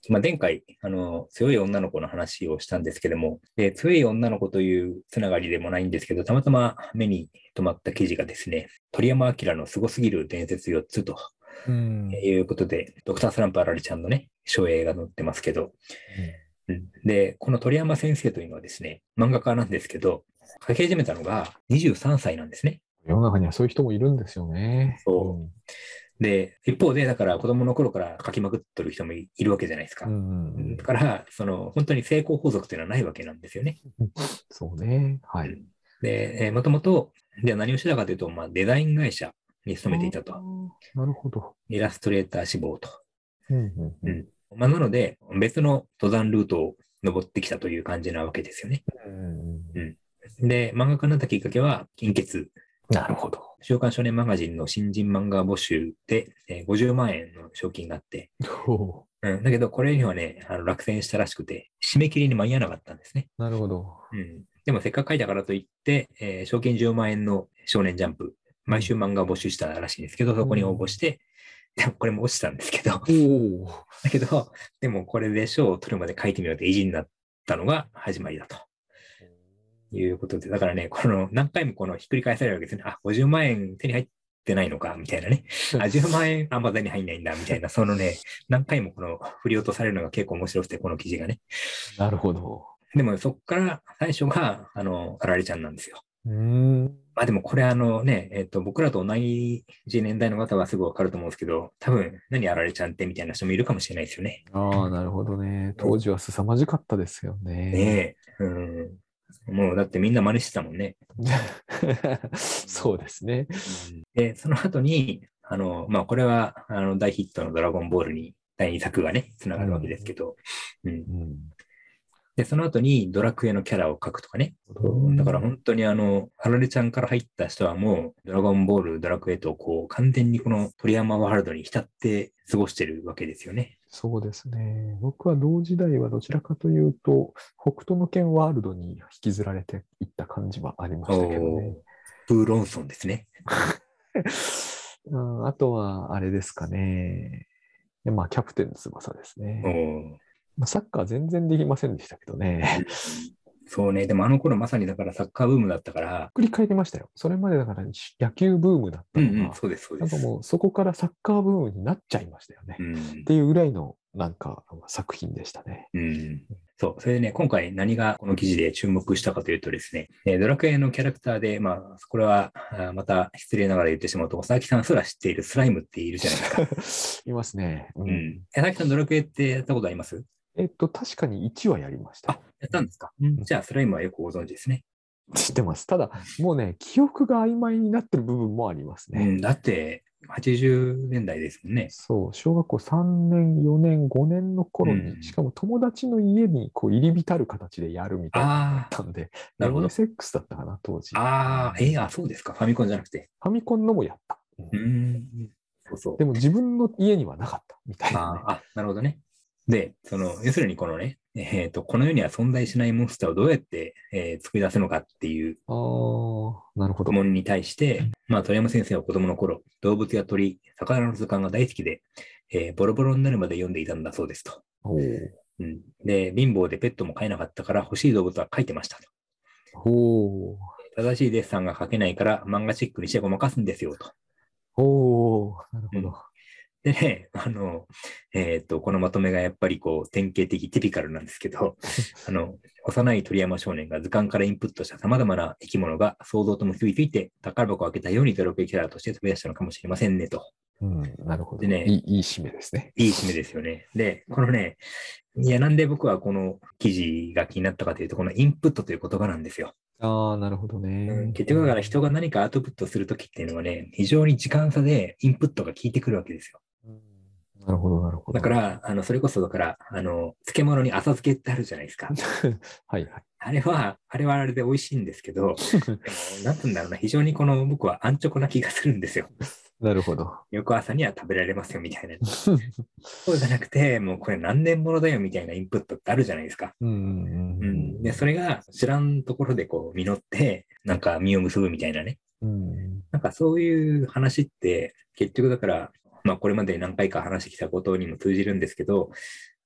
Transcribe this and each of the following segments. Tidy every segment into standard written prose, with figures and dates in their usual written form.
前回、強い女の子の話をしたんですけども、強い女の子というつながりでもないんですけど、たまたま目に留まった記事がですね、鳥山明のすごすぎる伝説4つとうん。 いうことで、ドクタースランプあられちゃんのね、書影が載ってますけど、 うん。 で、この鳥山先生というのはですね、漫画家なんですけど、書き始めたのが23歳なんですね。 世の中にはそういう人もいるんですよね。うそん。 う。で、一方で、だから子供の頃から書きまくってる人もいるわけじゃないですうか。だん。 から、本当に成功法則というのはないわけなんですよね。 そうね。はい。 うんで、もともと、では何をしてたかというと、デザイン会社にあ勤めていたと。 あ、なるほど。 イラストレーター志望と。 うん、うん、 なので、別の登山ルートを登ってきたという感じなわけですよね。 うん。 うん。で、漫画家になったきっかけは、金欠。 なるほど。 週刊少年マガジンの新人漫画募集で、50万円の賞金があって、 おー、 だけど、これにはね、落選したらしくて、締め切りに間に合わなかったんですね。 なるほど。 でも、せっかく書いたからといって、賞金10万円の少年ジャンプ、 うん。 毎週漫画を募集したらしいんですけど、そこに応募しうん。 て、でもこれも落ちたんですけど、 おー。 だけど、でもこれで賞を取るまで書いてみようって意地になったのが始まりだということで、だからね、何回もひっくり返されるわけですね。あ、50万円手に入ってないのか、みたいなね。あ、10万円まだ手に入んないんだ、みたいな、そのね、何回も振り落とされるのが結構面白くて、この記事がね。 なるほど。 でもそっから最初が、あられちゃんなんですよ。 うーん。 でもこれ僕らと同じ年代の方はすぐわかると思うんですけど、多分何あられちゃんってみたいな人もいるかもしれないですよね。 ああ、なるほどね。当時は凄まじかったですよね。 ねえ、もうだってみんな真似してたもんね。 そうですね。 で、その後に、これは、大ヒットのドラゴンボールに第2作がね、つながるわけですうん。 けど、うん。 うん。 で、その後にドラクエのキャラを描くとかね。 うん。 だから本当にあられちゃんから入った人はもう、ドラゴンボール、ドラクエと完全にこの鳥山ワールドに浸って過ごしてるわけですよね。 そうですね。僕は同時代はどちらかというと、北斗の拳ワールドに引きずられていった感じはありましたけどね。 おー、ブーロンソンですね。 うん、あとは、あれですかね。まあ、キャプテン翼ですおね。 ー、 まあ、サッカー全然できませんでしたけどね。 そうね。でもあの頃まさにだからサッカーブームだったから、 繰り返りましたよ。それまでだから野球ブームだったのが、 そうです、そうです。 なんかもうそこからサッカーブームになっちゃいましたよね。 うん。 っていうぐらいのなんか作品でしたね。 うん。そう。それでね、今回何がこの記事で注目したかというとですね、ドラクエのキャラクターで、これは、また失礼ながら言ってしまうと、佐々木さんすら知っているスライムっているじゃないですか。 いますね。ううん。 ん。 佐々木さんドラクエってやったことあります？ 確かに1話やりましたあ、 よ。 やったんですか？ うん。 じゃあ、スライムはよくご存知ですね。 知ってます。ただ、もうね、記憶が曖昧になってる部分もありますね。 うん、だって、80年代ですもんね。 そう、小学校3年、4年、5年のう頃に、しん。 かも友達の家にこう入り浸る形でやるみたいなのだっああ、 たんで、 なるほど。 MSX だったかな、当時。うああ、 ん。 そうですか。ファミコンじゃなくて。 ファミコンのもやった。うん。 うん。そうそう。 でも自分の家にはなかった、みたいなね。 なるほどね。で、要するにこのね、この世には存在しないモンスターをどうやって、作り出すのかっていうああ、なるほど。 疑問に対して、鳥山先生は子供の頃、動物や鳥、魚の図鑑が大好きで、ボロボロになるまで読んでいたんだそうですと。 おーで、貧乏でペットも飼えなかったから欲しい動物は描いてましたと。 おー正しいデッサンが描けないから漫画チックにしてごまかすんですよと。 おー、なるほど。 うんでね、このまとめがやっぱり典型的、ティピカルなんですけど、幼い鳥山少年が図鑑からインプットした様々な生き物が想像と結びついて宝箱を開けたようにドラクエキャラとして飛び出したのかもしれませんねと。 うん、なるほど。 でね、 いい締めですね。 いい締めですよね。で、このね、いや、なんで僕はこの記事が気になったかというと、このインプットという言葉なんですよ。 ああ、なるほどね。 結局だから人が何かアウトプットするときっていうのはね、非常に時間差でインプットが効いてくるわけですよ。 うん、なるほど、なるほど。 だから、それこそだから、漬物に浅漬けってあるじゃないですか。 はいはい。 あれはあれで美味しいんですけど、でも、なんつうんだろうな、非常に僕は安直な気がするんですよ。 なるほど。 翌朝には食べられますよ、みたいな。そうじゃなくて、もうこれ何年ものだよ、みたいなインプットってあるじゃないですか。 うん、 で、それが知らんところで実って、なんか実を結ぶみたいなね。 うん、 なんかそういう話って、結局だから、これまで何回か話してきたことにも通じるんですけど、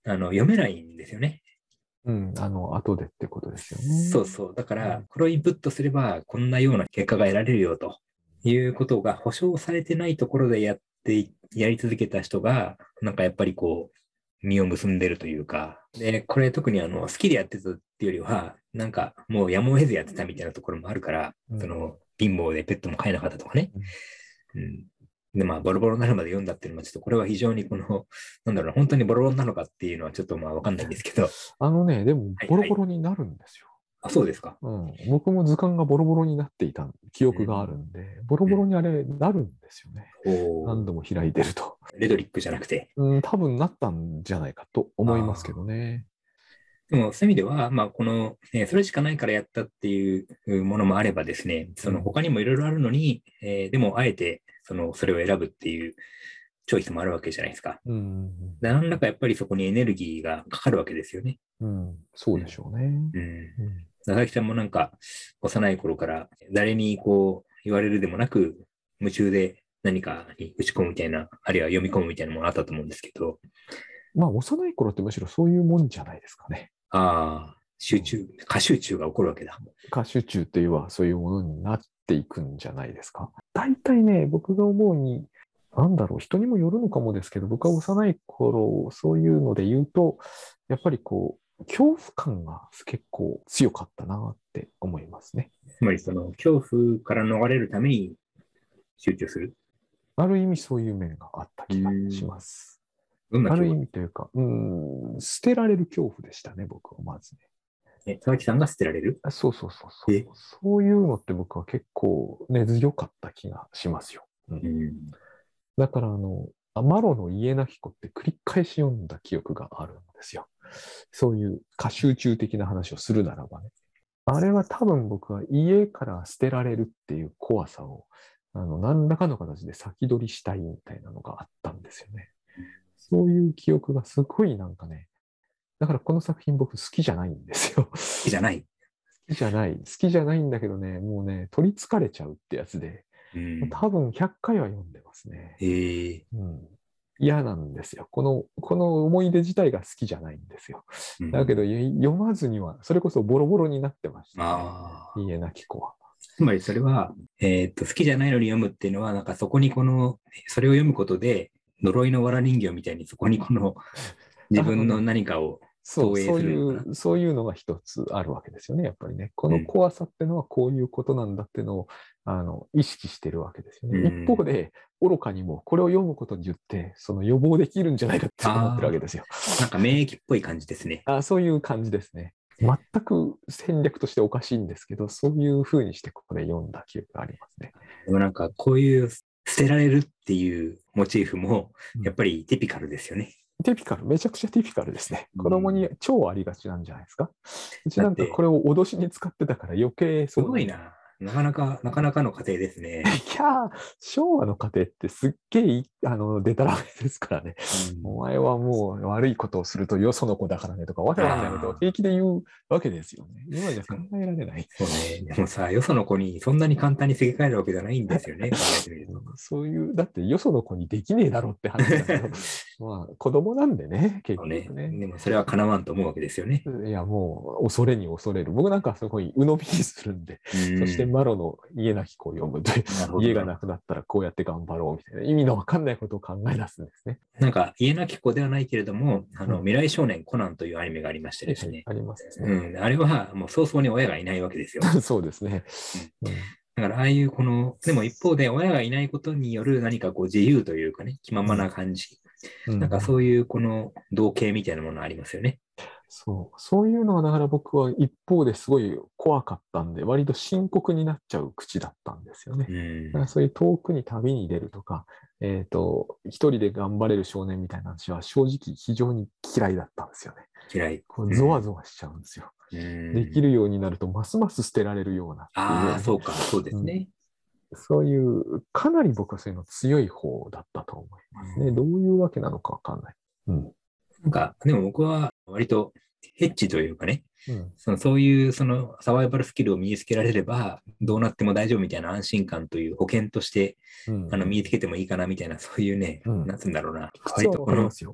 読めないんですよね。 うん、後でってことですよね。 そうそう。だから、これをインプットすれば、こんなような結果が得られるよということが保証されてないところでやり続けた人が、なんかやっぱりこう、実を結んでるというか、で、これ特に好きでやってたっていうよりは、なんかもうやむを得ずやってたみたいなところもあるから、 うん貧乏でペットも飼えなかったとかね。うん。で、まあ、ボロボロになるまで読んだっていうのは、ちょっとこれは非常になんだろうな、本当にボロボロなのかっていうのはちょっとまあわかんないんですけど。 でも、ボロボロになるんですよ。 あ、そうですか。 僕も図鑑がボロボロになっていた記憶があるんで、ボロボロにあれなるんですよね。何度も開いてると。 レドリックじゃなくて。 多分なったんじゃないかと思いますけどね。 でも、そういう意味では、まあ、それしかないからやったっていうものもあればですね、他にもいろいろあるのに、でも、あえて、それを選ぶっていうチョイスもあるわけじゃないですか。何らかやっぱりそこにエネルギーがかかるわけですよね。 そうでしょうね。 佐々木さんもなんか、幼い頃から誰にこう言われるでもなく、夢中で何かに打ち込むみたいな、あるいは読み込むみたいなものあったと思うんですけど。 まあ、幼い頃ってむしろそういうもんじゃないですかね。 ああ、過集中が起こるわけだ。 過集中というのはそういうものになっていくんじゃないですか。大体ね、僕が思うに、人にもよるのかもですけど、僕は幼い頃、そういうので言うと、やっぱりこう、恐怖感が結構強かったなって思いますね。 つまり恐怖から逃れるために集中する。 ある意味そういう面があった気がします。 どんなある意味というか、捨てられる恐怖でしたね、僕はまずね。 佐々木さんが捨てられる？ そうそう。そういうのって僕は結構根強かった気がしますよ。だからマロの家なき子って繰り返し読んだ記憶があるんですよ。そういう過集中的な話をするならばね。あれは多分僕は家から捨てられるっていう怖さを、何らかの形で先取りしたいみたいなのがあったんですよね。そういう記憶がすごいなんかね、だからこの作品僕好きじゃないんですよ。 好きじゃない。 好きじゃないんだけどね、もうね、取り憑かれちゃうってやつで、多分100回は読んでますね。嫌なんですよ。この思い出自体が好きじゃないんですよ。だけど、読まずには、それこそボロボロになってました、ね。家なき子は。 つまりそれは、好きじゃないのに読むっていうのは、なんかそこにそれを読むことで、呪いの藁人形みたいにそこに自分の何かを投影するのかな。 そういうのが一つあるわけですよね、やっぱりね。この怖さってのはこういうことなんだってのを、意識してるわけですよね。一方で、愚かにもこれを読むことによって、予防できるんじゃないかって思ってるわけですよ。 なんか免疫っぽい感じですね。 そういう感じですね。全く戦略としておかしいんですけど、そういうふうにしてここで読んだ記憶がありますね。 でもなんかこういう捨てられるっていうモチーフも、やっぱりティピカルですよね。 ティピカル、めちゃくちゃティピカルですね。子供に超ありがちなんじゃないですか。うちなんかこれを脅しに使ってたから余計すごいな。なかなかの家庭ですね。 いや昭和の家庭ってすっげえ、でたらめですからね。お前はもう悪いことをするとよその子だからねとか、わけわかんないことを平気で言うわけですよね。今じゃ考えられない。 そうね。でもさ、よその子にそんなに簡単にすげ替えるわけじゃないんですよね。考えてみると。 そういう、だってよその子にできねえだろって話だけど、まあ子供なんでね、結局ね。 でもそれは叶わんと思うわけですよね。 いや、もう恐れに恐れる。僕なんかすごい鵜呑みにするんで、そしてマロの家なき子を読むという、家がなくなったらこうやって頑張ろうみたいな意味のわかんないことを考え出すんですね。 なんか家なき子ではないけれども、未来少年コナンというアニメがありましてですね。 ありますね。 あれはもう早々に親がいないわけですよ。 そうですね。 だからああいうでも一方で親がいないことによる何か自由というかね、気ままな感じ。なんかそういう同型みたいなものありますよね。 そういうのはだから僕は一方ですごい怖かったんで、割と深刻になっちゃう口だったんですよね。だからそういう遠くに旅に出るとか、一人で頑張れる少年みたいな話は正直非常に嫌いだったんですよね。 嫌い。 ゾワゾワしちゃうんですよ。できるようになるとますます捨てられるようなっていう。 そうか、そうですね。 そういう、かなり僕はそういうの強い方だったと思いますね。どういうわけなのかわかんない。 なんか、でも僕は割とヘッジというかね、そういうサバイバルスキルを身につけられれば、どうなっても大丈夫みたいな安心感という保険として、身につけてもいいかなみたいな、そういうね、なんつうんだろうな。 割と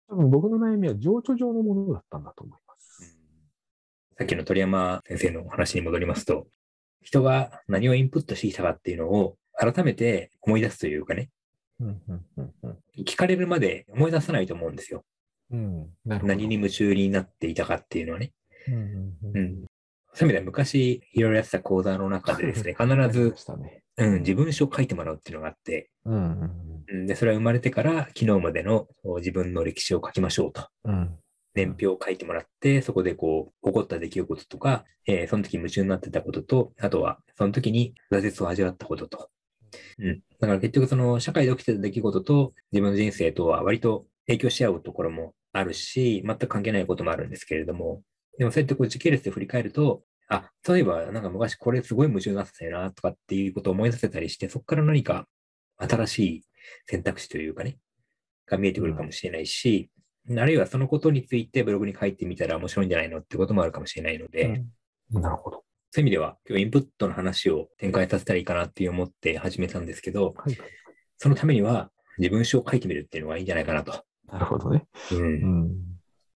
多分僕の悩みは情緒上のものだったんだと思います。 さっきの鳥山先生の話に戻りますと、人が何をインプットしてきたかっていうのを改めて思い出すというかね、聞かれるまで思い出さないと思うんですよ。 なるほど。 何に夢中になっていたかっていうのはね。そういう意味では昔いろいろやってた講座の中でですね、必ず、自分書を書いてもらうっていうのがあって、で、それは生まれてから昨日までの自分の歴史を書きましょうと。年表を書いてもらって、そこでこう、起こった出来事とか、その時夢中になってたことと、あとは、その時に挫折を味わったことと。だから結局その社会で起きてた出来事と自分の人生とは割と影響し合うところもあるし、全く関係ないこともあるんですけれども、でもそうやってこう時系列で振り返ると、あ、そういえばなんか昔これすごい夢中になってたよなとかっていうことを思い出せたりして、そこから何か新しい選択肢というかね、が見えてくるかもしれないし、あるいはそのことについてブログに書いてみたら面白いんじゃないのってこともあるかもしれないので、 なるほど。 そういう意味では、今日インプットの話を展開させたらいいかなって思って始めたんですけど、そのためには自分書を書いてみるっていうのがいいんじゃないかなと。 なるほどね。